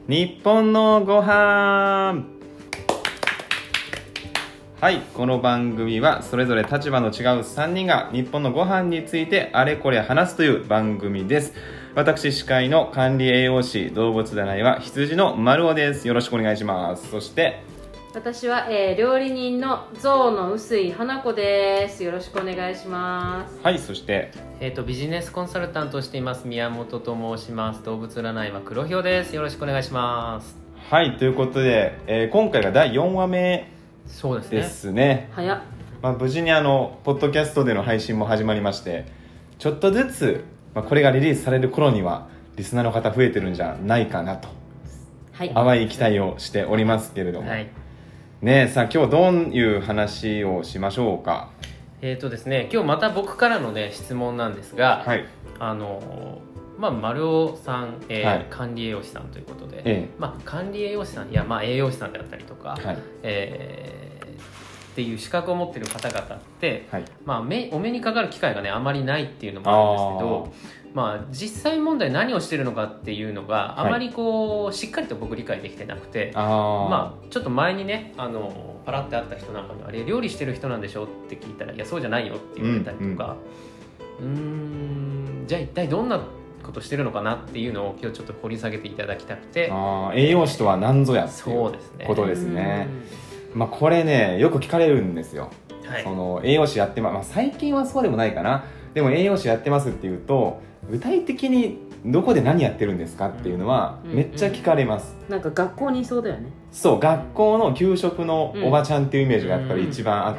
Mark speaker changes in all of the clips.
Speaker 1: 日本のご飯。はい、この番組はそれぞれ立場の違う3人が日本のご飯についてあれこれ話すという番組です。私司会の管理栄養士動物占いは羊の丸尾です。よろしくお願いします。そして
Speaker 2: 私は、料理人の象の臼井花子です。よろしくお願いします。
Speaker 1: はい、そして
Speaker 3: ビジネスコンサルタントをしています宮本と申します。動物占いは黒ひょうです。よろしくお願いします。
Speaker 1: はい、ということで、今回が第4話目
Speaker 3: そうですね。
Speaker 1: ですね。
Speaker 2: 早っ。
Speaker 1: 無事にポッドキャストでの配信も始まりまして、ちょっとずつ、これがリリースされる頃にはリスナーの方増えてるんじゃないかなと、
Speaker 2: はい、
Speaker 1: 淡い期待をしておりますけれども、
Speaker 3: はい、
Speaker 1: ねえ、さあ今日どういう話をしましょうか。
Speaker 3: ですね、今日また僕からのね質問なんですが、
Speaker 1: はい、
Speaker 3: 丸尾さん、
Speaker 1: はい、
Speaker 3: 管理栄養士さんということで、管理栄養士さん栄養士さんであったりとか、
Speaker 1: はい、
Speaker 3: っていう資格を持っている方々って、
Speaker 1: はい、
Speaker 3: お目にかかる機会がねあまりないっていうのもあるんですけど、実際問題何をしてるのかっていうのがあまりしっかりと僕理解できてなくて、ちょっと前にねパラって会った人なんかにあれ料理してる人なんでしょって聞いたらいやそうじゃないよって言われたりとか、じゃあ一体どんなことしてるのかなっていうのを今日ちょっと掘り下げていただきたくて、
Speaker 1: 栄養士とは何ぞやっていう
Speaker 3: そうですね
Speaker 1: ことですね。これねよく聞かれるんですよ、はい、その栄養士やって最近はそうでもないかな。でも栄養士やってますっていうと具体的にどこで何やってるんですかっていうのはめっちゃ聞かれます、
Speaker 2: なんか学校にいそうだよね。
Speaker 1: そう、学校の給食のおばちゃんっていうイメージがやっぱり一番あって、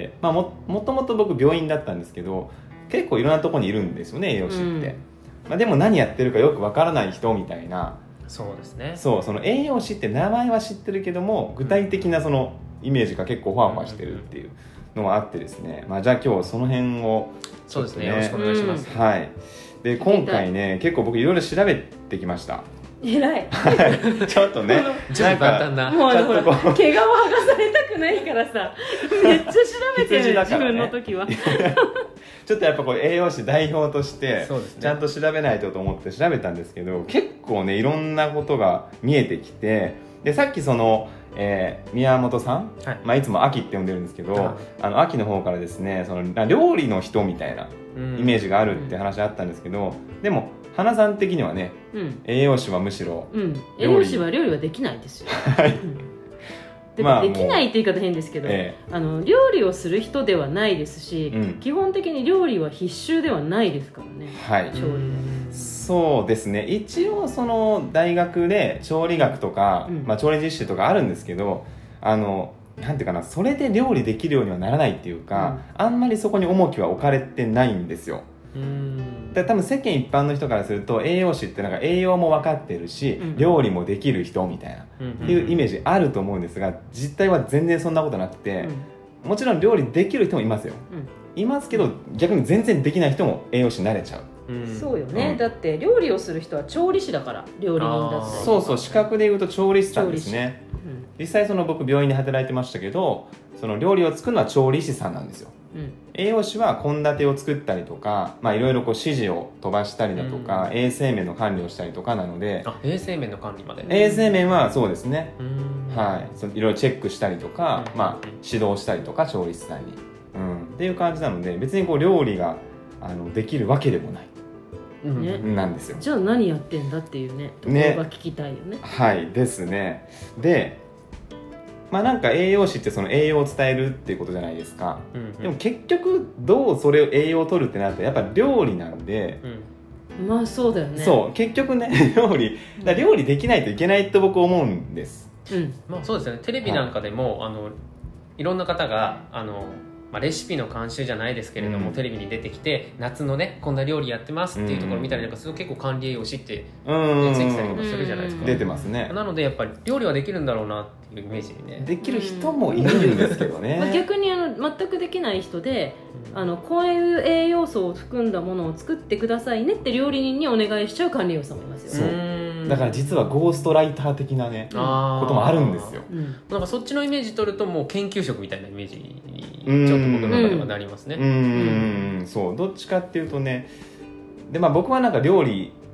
Speaker 1: もともと僕病院だったんですけど結構いろんなところにいるんですよね栄養士って、でも何やってるかよくわからない人みたいな。
Speaker 3: そうですね。
Speaker 1: その栄養士って名前は知ってるけども具体的なそのイメージが結構ファファしてるっていうのがあってですね、じゃあ今日その辺を
Speaker 3: そうですね、よろしくお願いします。
Speaker 1: はい。で今回ね結構僕いろいろ調べてきました。
Speaker 2: 偉い
Speaker 1: ちょっとね
Speaker 3: なんか
Speaker 2: もう毛皮を剥がされたくないからさめっちゃ調べてる、ね、自分の時は
Speaker 1: ちょっとやっぱ栄養士代表として、ちゃんと調べないとと思って調べたんですけど結構ねいろんなことが見えてきて、でさっき宮本さん、はい、いつも秋って呼んでるんですけど、秋の方からですねその料理の人みたいなイメージがあるって話あったんですけど、でも花さん的にはね、栄養士はむしろ、
Speaker 2: 栄養士は料理はできないですよできないって言い方変ですけど、料理をする人ではないですし、基本的に料理は必修ではないですからね、
Speaker 1: はい、
Speaker 2: 調理
Speaker 1: そうですね。一応その大学で調理学とか、調理実習とかあるんですけどなんていうかな、それで料理できるようにはならないっていうか、あんまりそこに重きは置かれてないんですよ。多分世間一般の人からすると栄養士ってなんか栄養も分かってるし、料理もできる人みたいな、っていうイメージあると思うんですが実態は全然そんなことなくて、もちろん料理できる人もいますよ、いますけど逆に全然できない人も栄養士になれちゃう。
Speaker 2: そうよね、だって料理をする人は調理師だから料理人だったり。
Speaker 1: そう資格でいうと調理師さんですね。実際僕病院で働いてましたけどその料理を作るのは調理師さんなんですよ、栄養士は献立を作ったりとかいろいろ指示を飛ばしたりだとか、衛生面の管理をしたりとかなので。
Speaker 3: 衛生面の管理まで。
Speaker 1: 衛生面はそうですね、いろいろチェックしたりとか、指導したりとか調理師さんに、っていう感じなので別に料理ができるわけでもないなんですよ。
Speaker 2: じゃあ何やってんだっていうねところが聞きたいよね。
Speaker 1: はいですね。でなんか栄養士ってその栄養を伝えるっていうことじゃないですか、でも結局どうそれを栄養を取るってなるとやっぱ料理なんで、
Speaker 2: そうだよね。
Speaker 1: そう結局ね料理できないといけないと僕思うんです、
Speaker 3: そうですよね。テレビなんかでも、いろんな方がレシピの監修じゃないですけれども、テレビに出てきて夏のねこんな料理やってますっていうところ見たりなんかすると結構管理栄養士ってついてたりとかするじゃないですか。
Speaker 1: 出てますね。
Speaker 3: なのでやっぱり料理はできるんだろうなっていうイメージにね
Speaker 1: できる人もいるんですけどね
Speaker 2: 逆に全くできない人でこういう栄養素を含んだものを作ってくださいねって料理人にお願いしちゃう管理栄養士さんもいますよね。
Speaker 1: だから実はゴーストライター的なね、こともあるんですよ、
Speaker 3: なんかそっちのイメージ取るともう研究職みたいなイメージにちょっと僕の中ではなりますね。
Speaker 1: そうどっちかっていうとねで、僕はなんか料理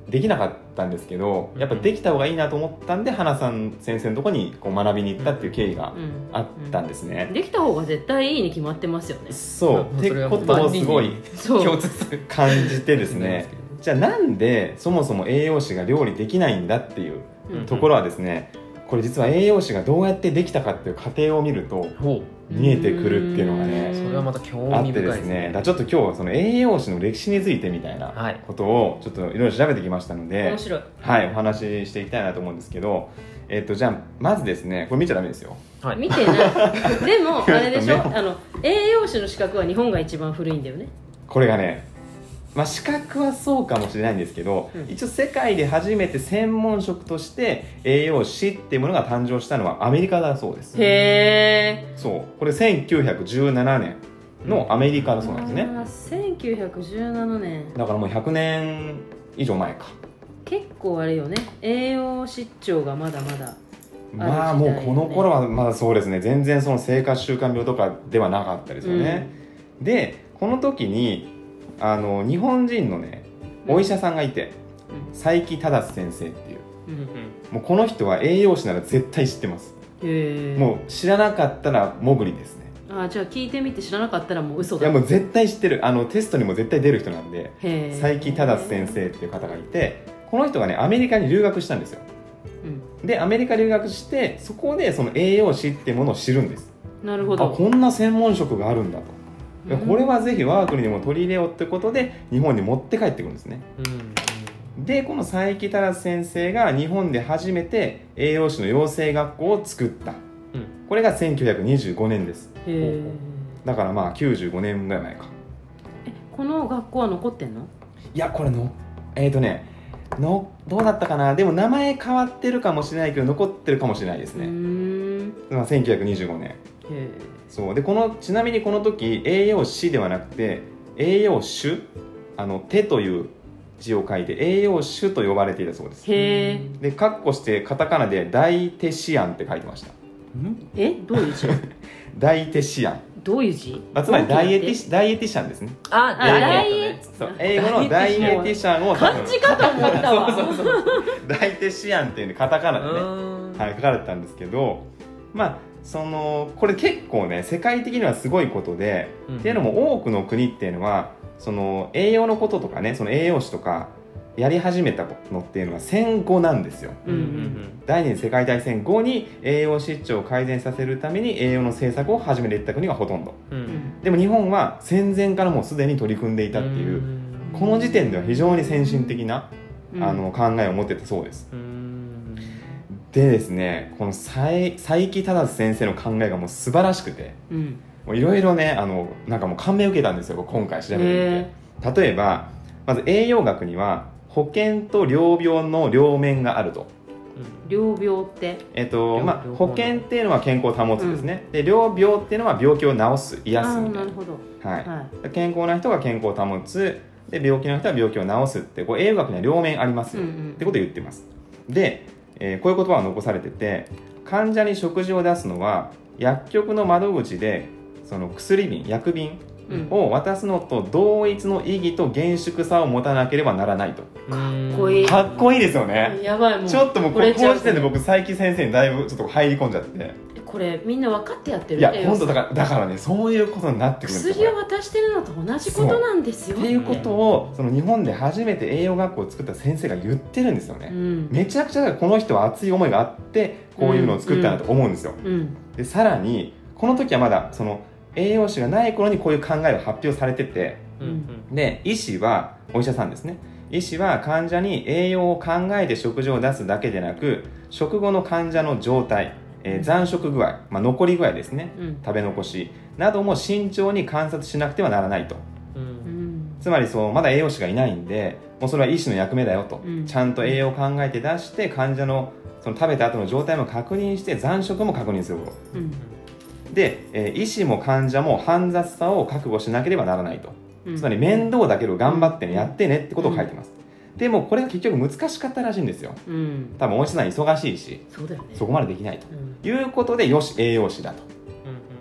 Speaker 1: できなかったんですけど、やっぱできた方がいいなと思ったんで、花さん先生のところにこう学びに行ったっていう経緯があったんですね。
Speaker 2: できた方が絶対いいに決まってますよね。
Speaker 1: そうってことをすごい感じてですねじゃあなんでそもそも栄養士が料理できないんだっていうところはですね、これ実は栄養士がどうやってできたかっていう過程を見ると見えてくるっていうのがね、
Speaker 3: それはまた興味深いですね。
Speaker 1: だちょっと今日はその栄養士の歴史についてみたいなことをちょっといろいろ調べてきましたので、
Speaker 2: 面白い、
Speaker 1: はい、お話ししていきたいなと思うんですけど、じゃあまずですね、これ見ちゃダメですよ、
Speaker 2: はい、見てないでもあれでしょ栄養士の資格は日本が一番古いんだよね。
Speaker 1: これがね、まあ、資格はそうかもしれないんですけど、一応世界で初めて専門職として栄養士っていうものが誕生したのはアメリカだそうです。
Speaker 2: へー、
Speaker 1: そうこれ1917年のアメリカだそうなんですね。
Speaker 2: 1917年
Speaker 1: だからもう100年以上前か。
Speaker 2: 結構あれよね、栄養失調がまだまだ
Speaker 1: まあもうこの頃はまだそうですね、全然その生活習慣病とかではなかったですよね、でこの時に日本人のねお医者さんがいて、佐伯忠先生っていう、もうこの人は栄養士なら絶対知ってます。もう知らなかったら潜りですね。
Speaker 2: じゃあ聞いてみて、知らなかったらもう嘘だ。
Speaker 1: いやもう絶対知ってる、テストにも絶対出る人なんで、佐伯忠先生っていう方がいて、この人がねアメリカに留学したんですよ、でアメリカ留学して、そこでその栄養士っていうものを知るんです。
Speaker 2: なるほど。
Speaker 1: こんな専門職があるんだと、これはぜひ我が国にも取り入れようってことで日本に持って帰ってくるんですね、でこの佐伯忠先生が日本で初めて栄養士の養成学校を作った、これが1925年です。だからまあ95年ぐらい前か。
Speaker 2: この学校は残ってんの？
Speaker 1: いやこれのどうだったかな、でも名前変わってるかもしれないけど残ってるかもしれないですね。1925年。そうでちなみにこの時栄養士ではなくて栄養種、手という字を書いて栄養種と呼ばれていたそうです。でカッコしてカタカナでダイテシアンって書いてました。
Speaker 2: どういう字？
Speaker 1: ダイテシアン、
Speaker 2: どういう字？
Speaker 1: つまりダイエティシャンですね。
Speaker 2: ダイエット、
Speaker 1: 英語のダイエティシャンを
Speaker 2: 漢字かと思ったわ
Speaker 1: そうダイテシアンっていうカタカナでね、書かれてたんですけど、まあこれ結構ね世界的にはすごいことで、っていうのも多くの国っていうのはその栄養のこととかね、その栄養士とかやり始めたのっていうのは戦後なんですよ、第二次世界大戦後に栄養失調を改善させるために栄養の政策を始めていった国がほとんど、でも日本は戦前からもうすでに取り組んでいたっていう、この時点では非常に先進的な、考えを持ってたそうです。でですね、この佐伯忠先生の考えがもう素晴らしくて、いろいろねなんかもう感銘を受けたんですよ、今回調べてみて。例えばまず栄養学には保険と療病の両面があると。
Speaker 2: 療病って、
Speaker 1: 保険っていうのは健康を保つですね、で療病っていうのは病気を治す、癒すみたいな。
Speaker 2: なるほど、
Speaker 1: 健康な人が健康を保つ、で病気の人は病気を治すって、栄養学には両面ありますよ、ってことを言ってます。でこういう言葉が残されてて、患者に食事を出すのは薬局の窓口でその薬瓶、薬瓶を渡すのと同一の意義と厳粛さを持たなければならないと。
Speaker 2: かっこいい。
Speaker 1: かっこいいですよね。
Speaker 2: やばい、もう
Speaker 1: ちょっともうこの時点で僕佐伯先生にだいぶちょっと入り込んじゃって、
Speaker 2: これみんな分かってやってる。
Speaker 1: いや本当だからね、そういうことになってくるんですよ。
Speaker 2: 薬を渡してるのと同じことなんですよ。
Speaker 1: っていうことをその日本で初めて栄養学校を作った先生が言ってるんですよね、めちゃくちゃこの人は熱い思いがあってこういうのを作ったなと思うんですよ、でさらにこの時はまだその栄養士がない頃にこういう考えを発表されてて、で医師はお医者さんですね、医師は患者に栄養を考えて食事を出すだけでなく、食後の患者の状態、残食具合、残り具合ですね、食べ残しなども慎重に観察しなくてはならないと、つまりまだ栄養士がいないんで、もうそれは医師の役目だよと、ちゃんと栄養を考えて出して患者のその食べた後の状態も確認して残食も確認すること、で、医師も患者も煩雑さを覚悟しなければならないと、つまり面倒だけど頑張ってね、やってねってことを書いてます。でもこれが結局難しかったらしいんですよ、多分お医者さん忙しいし、そこまでできないと、いうことでよし栄養士だと、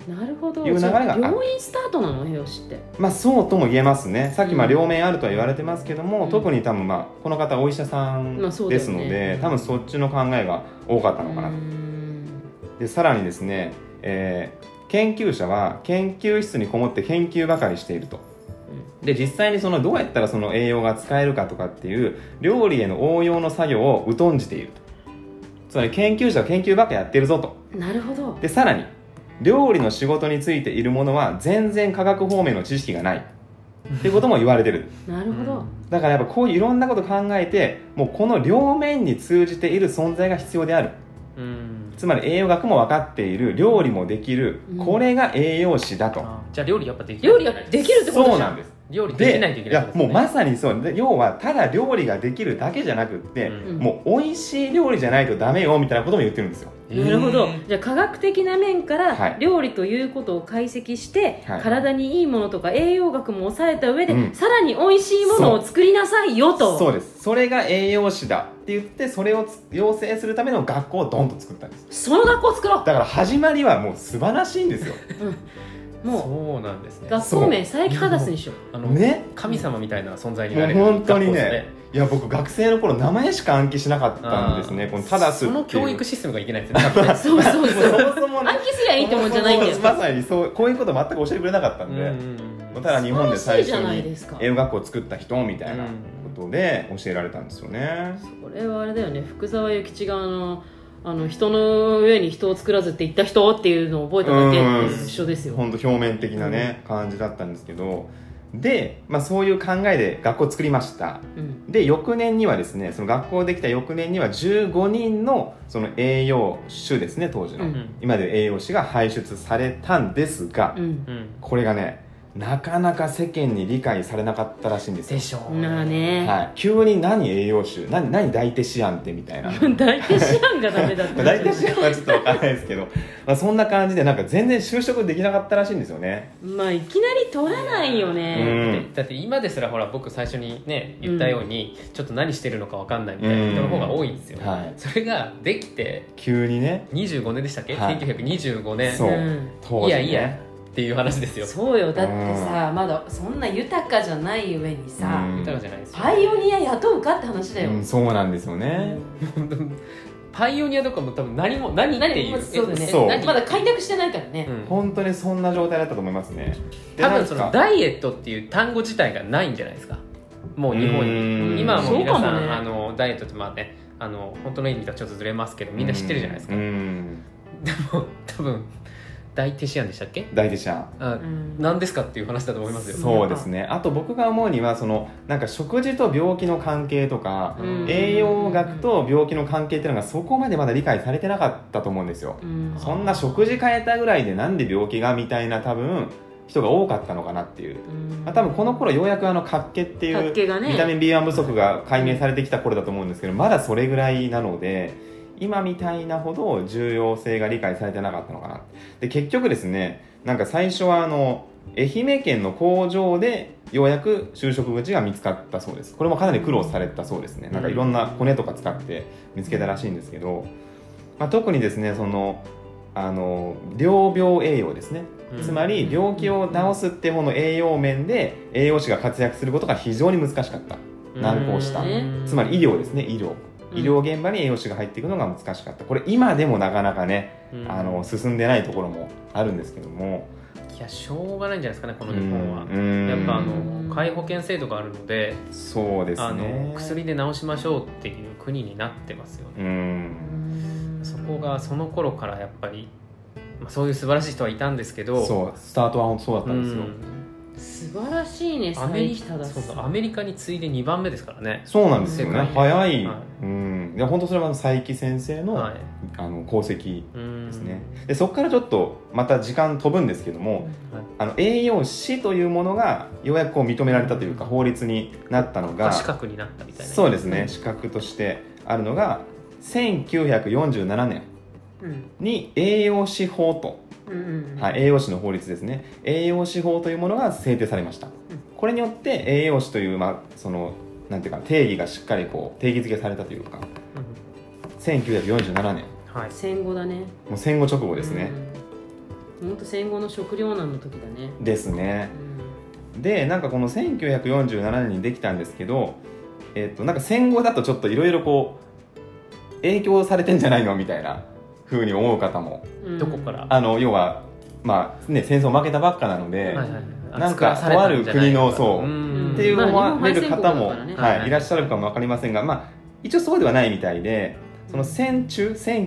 Speaker 2: なるほど。
Speaker 1: いう流れが
Speaker 2: 病院スタートなの栄養士って。
Speaker 1: そうとも言えますね。さっき両面あるとは言われてますけども、特に多分この方お医者さんですので、多分そっちの考えが多かったのかなと。でさらにですね、研究者は研究室にこもって研究ばかりしていると。で実際にどうやったらその栄養が使えるかとかっていう料理への応用の作業を疎んじていると。つまり研究者は研究ばっかやってるぞと。
Speaker 2: なるほど。
Speaker 1: でさらに料理の仕事についているものは全然科学方面の知識がないっていうことも言われてる。
Speaker 2: なるほど。
Speaker 1: だからやっぱこういういろんなこと考えて、もうこの両面に通じている存在が必要である。つまり栄養学も分かっている、料理もできる、これが栄養士だと。
Speaker 3: じゃあ料理やっぱできる。
Speaker 2: 料理やできるってことじゃん。
Speaker 1: そうなんです。
Speaker 3: 料理できないといけないですね。
Speaker 1: もうまさにそうで、要はただ料理ができるだけじゃなくって、もう美味しい料理じゃないとダメよみたいなことも言ってるんですよ。
Speaker 2: なるほど。じゃあ科学的な面から料理ということを解析して、体にいいものとか栄養学も抑えた上で、さらに美味しいものを作りなさいよと。
Speaker 1: そうです。それが栄養士だって言って、それを養成するための学校をドンと作ったんです。
Speaker 2: その学校を作ろう。
Speaker 1: だから始まりはもう素晴らしいんですよ。
Speaker 2: もう
Speaker 3: そうなんですね。
Speaker 2: 学校名佐伯忠にしよう。
Speaker 1: ね、
Speaker 3: 神様みたいな存在になれる。
Speaker 1: もう本当にね。いや僕学生の頃名前しか暗記しなかったんですね。このタダスっていう。
Speaker 3: その教育システムがいけないですよね。
Speaker 2: そうそうそう。暗記すりゃいいってもんじゃないんだよ。
Speaker 1: まさにこういうこと全く教えてくれなかったんで、ただ日本で最初に栄養学校を作った人みたいなことで教えられたんですよね。
Speaker 2: それはあれだよね。福沢諭吉が人の上に人を作らずって言った人っていうのを覚えただけと一緒ですよ。
Speaker 1: 本当表面的なね、感じだったんですけど、で、そういう考えで学校を作りました、で翌年にはですね、その学校できた翌年には15人のその栄養士ですね、当時の、今でいう栄養士が輩出されたんですが、これがねなかなか世間に理解されなかったらしいんですよ。
Speaker 3: でしょう
Speaker 2: ね。
Speaker 1: はい、急に何栄養士、何大テシアンってみたいな。
Speaker 2: 大テシアンがダメだった。
Speaker 1: 大テシアンはちょっと分からないですけど、そんな感じでなんか全然就職できなかったらしいんですよね。
Speaker 2: いきなり取らないよね。
Speaker 3: だって今ですらほら僕最初にね言ったように、ちょっと何してるのか分かんないみたいな人の方が多いんですよ。それができて
Speaker 1: 急にね
Speaker 3: 25年でしたっけ、1925年。
Speaker 1: そう
Speaker 3: いやいやっていう話ですよ。
Speaker 2: そうよ。だってさ、まだそんな豊かじゃない上にさ、
Speaker 3: 豊かじゃないですよ。
Speaker 2: パイオニア雇うかって話だよ。
Speaker 1: そうなんですよね。
Speaker 3: パイオニアとかも多分何っていう、
Speaker 2: そうまだ開拓してないからね。
Speaker 1: 本当にそんな状態だったと思いますね。
Speaker 3: 多分そのダイエットっていう単語自体がないんじゃないですか、もう日本に。今はもう皆さんダイエットってね、本当の意味とはちょっとずれますけどみんな知ってるじゃないですか。でも多分大テシアンでしたっけ？
Speaker 1: 大テシア
Speaker 3: ン。何ですかっていう話だと思いますよ。
Speaker 1: そうですね。あと僕が思うにはなんか食事と病気の関係とか、栄養学と病気の関係っていうのがそこまでまだ理解されてなかったと思うんですよ。そんな食事変えたぐらいでなんで病気がみたいな多分人が多かったのかなっていう。多分この頃ようやく活気っていうビタミン B1 不足が解明されてきた頃だと思うんですけど、まだそれぐらいなので。今みたいなほど重要性が理解されてなかったのかな。で結局ですね、なんか最初は愛媛県の工場でようやく就職口が見つかったそうです。これもかなり苦労されたそうですね。なんかいろんな骨とか使って見つけたらしいんですけど、特にですね療病栄養ですね、つまり病気を治すっていう方の栄養面で栄養士が活躍することが非常に難しかった、難航した、つまり医療ですね、医療現場に栄養士が入っていくのが難しかった。これ今でもなかなかね、進んでないところもあるんですけども、
Speaker 3: いやしょうがないんじゃないですかね、この日本は。やっぱ皆保険制度があるので、
Speaker 1: そうですね、
Speaker 3: 薬で治しましょうっていう国になってますよね。そこがその頃からやっぱり、そういう素晴らしい人はいたんですけど、
Speaker 1: そうスタートは本当そうだったんですよ。
Speaker 2: 素晴らしいね。
Speaker 3: アメリカに次いで2番目ですからね。
Speaker 1: そうなんですよね、早い、いや本当それは佐伯先生の、功績ですね。でそこからちょっとまた時間飛ぶんですけども、栄養士というものがようやく認められたというか、法律になったのが
Speaker 3: 資格になったみたいな。
Speaker 1: そうですね、資格としてあるのが1947年に栄養士法と、栄養士の法律ですね、栄養士法というものが制定されました。これによって栄養士という、なんていうか定義がしっかり定義付けされたというか、1947年、
Speaker 2: 戦後だね。
Speaker 1: もう戦後直後ですね。
Speaker 2: 本当戦後の食糧難の時だね。
Speaker 1: ですね、でなんかこの1947年にできたんですけど、なんか戦後だとちょっといろいろこう影響されてんじゃないのみたいな風に思う方も、
Speaker 3: どこから
Speaker 1: 要はまあね戦争負けたばっかなので、なんかとある国のそうっていう思われる方も、いらっしゃるかも分かりませんが、まあ一応そうではないみたいで、その戦中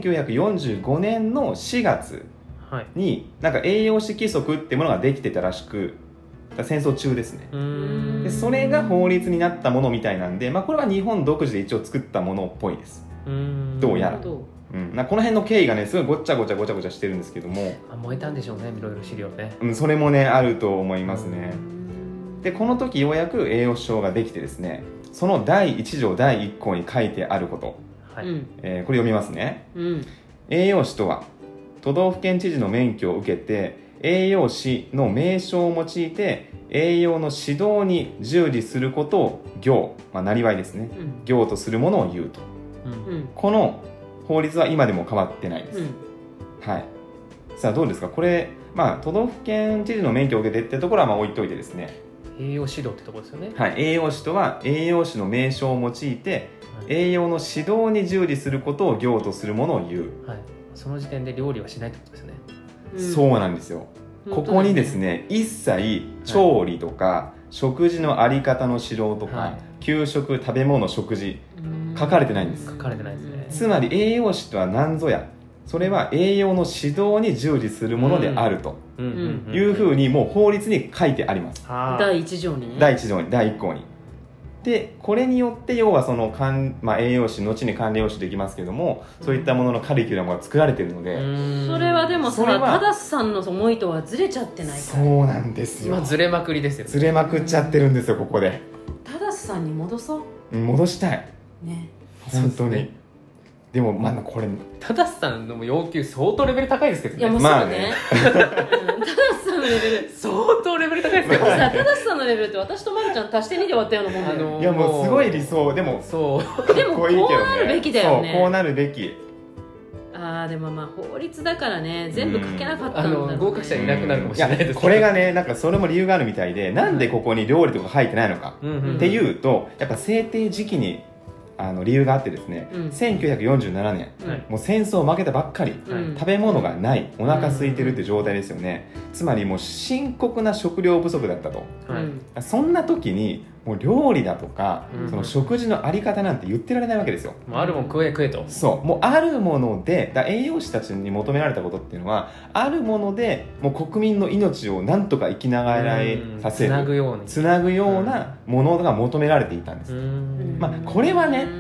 Speaker 1: 1945年の4月になんか栄養士規則っていうものができてたらしく、戦争中ですね。でそれが法律になったものみたいなんで、まあ、これは日本独自で一応作ったものっぽいです。どうやら、なんかこの辺の経緯がねすごいごちゃごちゃしてるんですけども、
Speaker 3: 燃えたんでしょうね、いろいろ資料ね。
Speaker 1: それもねあると思いますね。でこの時ようやく栄養士証ができてですね、その第1条第1項に書いてあること、これ読みますね、栄養士とは都道府県知事の免許を受けて栄養士の名称を用いて栄養の指導に従事することを業、なりわいですね、業とするものを言うと、この法律は今でも変わってないです、はい。さあどうですかこれ、都道府県知事の免許を受けてってところは置いといてですね、
Speaker 3: 栄養指導ってところですよね。
Speaker 1: はい、栄養士とは栄養士の名称を用いて栄養の指導に従事することを業とするものを言う、
Speaker 3: その時点で料理はしないってことですね。
Speaker 1: そうなんですよ。ここにですね一切調理とか、食事のあり方の指導とか、給食食べ物食事書かれてないんです。
Speaker 3: 書かれてないですね。
Speaker 1: つまり栄養士とは何ぞや、それは栄養の指導に従事するものであるというふうにもう法律に書いてあります。
Speaker 2: 第1条にね。
Speaker 1: 第1条に第1項に。でこれによって要はその栄養士後に管理栄養士できますけども、そういったもののカリキュラムが作られているので、
Speaker 2: それはでもさ正さんの思いとはずれちゃってないか。
Speaker 1: そうなんですよ。
Speaker 3: 今ずれまくりですよね。
Speaker 1: ずれまくっちゃってるんですよここで。
Speaker 2: 正さんに戻そう。
Speaker 1: 戻したいね、本当に。でもこれ
Speaker 3: 正さんの要求相当レベル高いですけどね。
Speaker 2: いやもうそうね。正さんのレベル
Speaker 3: 相当レベル高いですけどね。
Speaker 2: 正さんのレベルって私とまるちゃん足して2で終わったようなもんだよ。
Speaker 1: いやもうすごい理想。でも
Speaker 3: そう
Speaker 2: でもこうなるべきだよね。
Speaker 1: そうこうなるべき。
Speaker 2: でも法律だからね全部書けなかったんだろうね。
Speaker 3: 合格者いなくなるかもしれないですけど、
Speaker 1: これがねなんかそれも理由があるみたいで、なんでここに料理とか入ってないのかっていうと、やっぱ制定時期に理由があってですね、1947年、もう戦争負けたばっかり、食べ物がない、お腹空いてるって状態ですよね。つまりもう深刻な食料不足だったと、そんな時にもう料理だとか、その食事のあり方なんて言ってられないわけですよ。
Speaker 3: もうあるもん食えと。
Speaker 1: そうもうあるもので栄養士たちに求められたことっていうのは、あるものでもう国民の命をなんとか生きながらえさせる、つなぐようなものが求められていたんです。これはね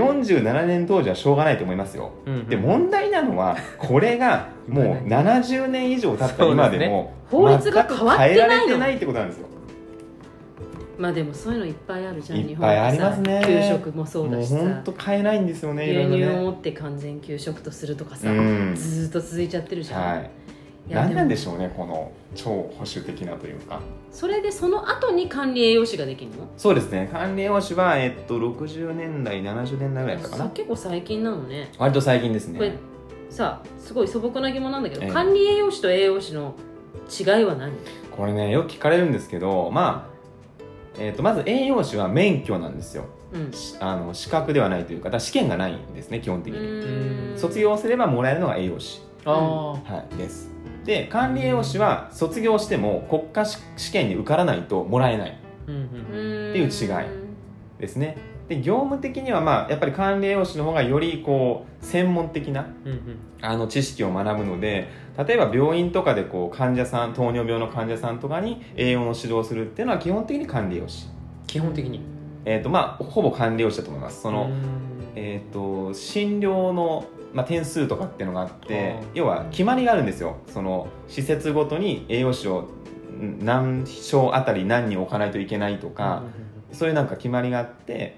Speaker 1: 47年当時はしょうがないと思いますよ、で問題なのはこれがもう70年以上経った今でも
Speaker 2: 法律が変わってないの、
Speaker 1: 変えられてないってことなんですよ。
Speaker 2: でもそういうのいっぱいあるじゃん。
Speaker 1: いっぱいありますね。
Speaker 2: 給食もそうだしさ、
Speaker 1: もう本当変えないんですよね。
Speaker 2: 牛乳を持って完全給食とするとかさ、ずっと続いちゃってるじゃん。
Speaker 1: 何なんでしょうねこの超保守的なというか。
Speaker 2: それでその後に管理栄養士ができるの？
Speaker 1: そうですね。管理栄養士は60年代70年代ぐらいだったかな。
Speaker 2: 結構最近なのね。
Speaker 1: 割と最近ですね。
Speaker 2: これさすごい素朴な疑問なんだけど、管理栄養士と栄養士の違いは何？
Speaker 1: これねよく聞かれるんですけど、まず栄養士は免許なんですよ、資格ではないというか、だから試験がないんですね基本的に。卒業すればもらえるのが栄養士、です。で管理栄養士は卒業しても国家試験に受からないともらえないっていう違いですね。で業務的にはやっぱり管理栄養士の方がよりこう専門的な、知識を学ぶので、例えば病院とかでこう患者さん、糖尿病の患者さんとかに栄養の指導をするっていうのは基本的に管理栄養士。
Speaker 3: 基本的に
Speaker 1: ほぼ管理栄養士だと思います。その診療の点数とかっていうのがあって、要は決まりがあるんですよ。その施設ごとに栄養士を何床あたり何人置かないといけないとか、そういうなんか決まりがあって、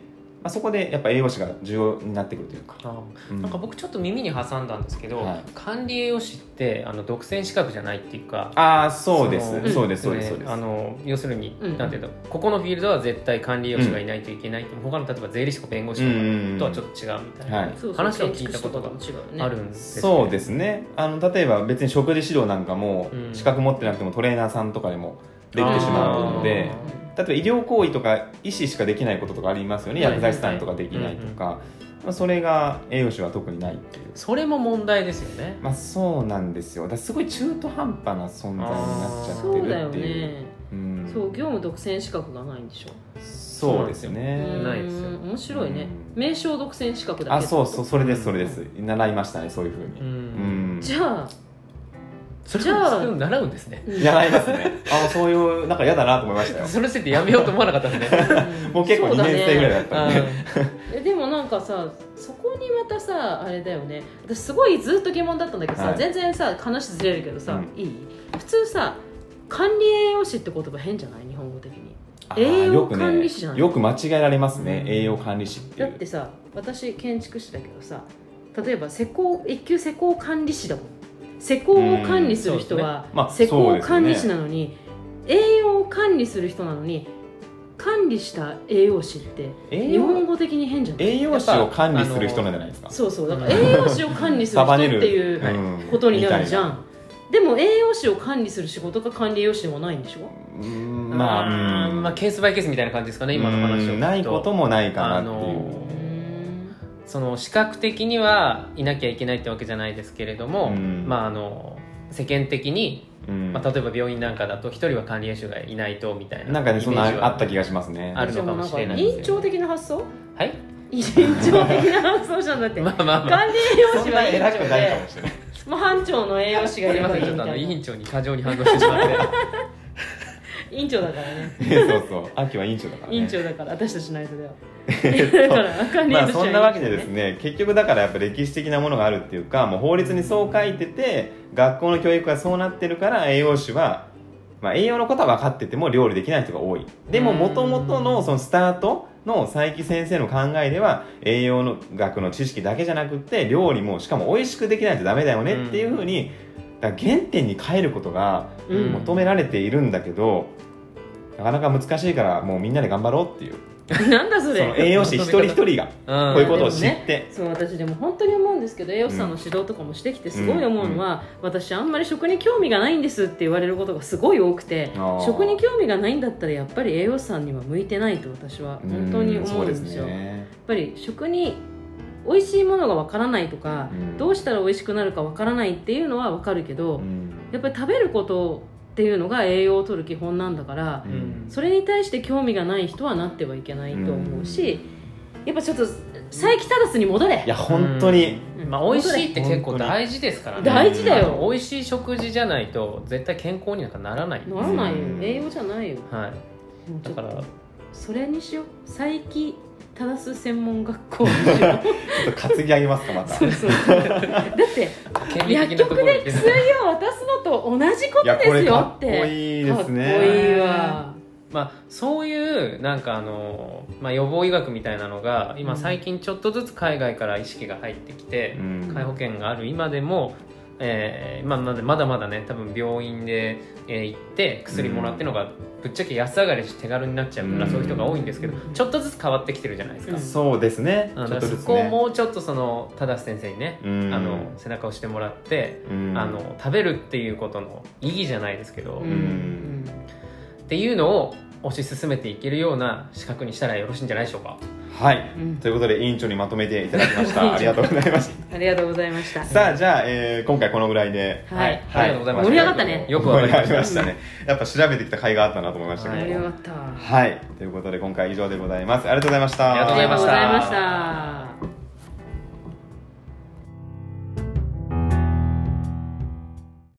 Speaker 1: そこでやっぱ栄養士が重要になってくるというか、
Speaker 3: なんか僕ちょっと耳に挟んだんですけど、管理栄養士って独占資格じゃないっていうか、
Speaker 1: そうですそうです
Speaker 3: 要するに、なんていうの、ここのフィールドは絶対管理栄養士がいないといけないって、他の例えば税理士とか弁護士とかとはちょっと違うみたいな話を聞いたことがあるんですけど、
Speaker 1: そうですね、例えば別に食事指導なんかも資格持ってなくてもトレーナーさんとかでもできてしまうので、例えば医療行為とか医師しかできないこととかありますよね、薬剤師さんとかできないとか、それが栄養士は特にないっていう、
Speaker 3: それも問題ですよね。
Speaker 1: そうなんですよ。だからすごい中途半端な存在になっちゃってるっていう。
Speaker 2: そうだよね、そう業務独占資格がないんでしょ。
Speaker 1: そうですよね、
Speaker 3: ないですよ。
Speaker 2: 面白いね、名称独占資格だけ。
Speaker 1: そうそれですそれです、習いましたね、そういうふうに。
Speaker 2: じゃあ
Speaker 3: それを習うんですね。
Speaker 1: 習いますね。そういうなんか嫌だなと思いましたよ。
Speaker 3: それしてやめようと思わなかったですね。
Speaker 1: もう結構2年生ぐらいだったん
Speaker 2: で。でもなんかさ、そこにまたさ、あれだよね、私すごいずっと疑問だったんだけどさ、全然さ話ずれるけどさ、いい？普通さ、管理栄養士って言葉変じゃない？日本語的に栄養管理士じゃない？
Speaker 1: よく間違えられますね、栄養管理士っていう。
Speaker 2: だってさ、私建築士だけどさ、例えば一級施工管理士だもん。施工を管理する人は施工管理士なのに、栄養を管理する人なのに管理した栄養士って日本語的に変じゃない？
Speaker 1: 栄養士を管理する人なんじゃないですか。
Speaker 2: そうだから栄養士を管理する人っていうことになるじゃん。でも栄養士を管理する仕事が管理栄養士でもないんでしょ。
Speaker 3: ケースバイケースみたいな感じですかね、今の話を聞くと。
Speaker 1: ないこともないかなっていう。
Speaker 3: その視覚的にはいなきゃいけないってわけじゃないですけれども、世間的に、例えば病院なんかだと一人は管理栄養士がいないとみたいな、
Speaker 1: なんかね、そんなあった気がしますね。
Speaker 3: あるのかもしれないですよね。
Speaker 2: 院長的な発想？
Speaker 3: はい。
Speaker 2: 院長的な発想じゃんだって。管理栄養士は院長で、もう班長の栄養士がいればいいみたいな。
Speaker 3: 委員長に過剰に反応してしまって。
Speaker 2: 委員長だからね。
Speaker 1: そう秋は委員長だからね。
Speaker 2: 委員長だから私たちの間では。だから管理栄養士は
Speaker 1: そんなわけでですね、結局だからやっぱ歴史的なものがあるっていうか、もう法律にそう書いてて、学校の教育がそうなってるから栄養士は、栄養のことは分かってても料理できない人が多い。でも元々のそのスタートの佐伯先生の考えでは、栄養の学の知識だけじゃなくって料理もしかも美味しくできないとダメだよねっていうふうに、だから原点に変えることが求められているんだけど、なかなか難しいからもうみんなで頑張ろうっていう。
Speaker 2: なんだそれ。
Speaker 1: その栄養士一人一人がこういうことを知って、
Speaker 2: そう私でも本当に思うんですけど、栄養士さんの指導とかもしてきてすごい思うのは、私あんまり食に興味がないんですって言われることがすごい多くて、食に興味がないんだったらやっぱり栄養士さんには向いてないと私は本当に思うんですよ。やっぱり食に美味しいものがわからないとか、どうしたら美味しくなるかわからないっていうのはわかるけど、やっぱり食べることっていうのが栄養を取る基本なんだから、それに対して興味がない人はなってはいけないと思うし、やっぱちょっと佐伯忠に戻れ。
Speaker 1: いや本当に、
Speaker 3: 美味しいって結構大事ですからね。
Speaker 2: 大事だよ。
Speaker 3: 美味しい食事じゃないと絶対健康になんかならない。
Speaker 2: ならないよ、栄養じゃないよ。
Speaker 3: はい。だから
Speaker 2: それにしよう、佐伯忠専門学校にしよう。ちょ
Speaker 1: っと担ぎ上げますかまた。
Speaker 2: そうだって薬局で薬を渡すのと同じことですよって。
Speaker 1: かっこいいですね。
Speaker 2: かっこいいわ。
Speaker 3: そういうなんか予防医学みたいなのが今最近ちょっとずつ海外から意識が入ってきて、皆保険がある今でも、まだまだね、多分病院で、行って薬もらってのがぶっちゃけ安上がりして手軽になっちゃうから、そういう人が多いんですけど、ちょっとずつ変わってきてるじゃないですか。
Speaker 1: そうですね。
Speaker 3: ちょっとずつね。そこをもうちょっと忠先生にね、背中を押してもらって、食べるっていうことの意義じゃないですけど、っていうのを推し進めていけるような資格にしたらよろしいんじゃないでしょうか。
Speaker 1: はい、ということで委員長にまとめていただきましたありがとうございました
Speaker 2: ありがとうございました。
Speaker 1: さあじゃあ、今回このぐらいで、
Speaker 3: ありがとうございました。
Speaker 2: 盛り上がったね。
Speaker 3: よくわかりま
Speaker 1: したね。やっぱ調べてきた甲斐があったなと思いましたけど、
Speaker 2: 盛り上がった。
Speaker 1: はい、ということで今回以上でございます。ありがとうございました。
Speaker 3: ありがとうございました。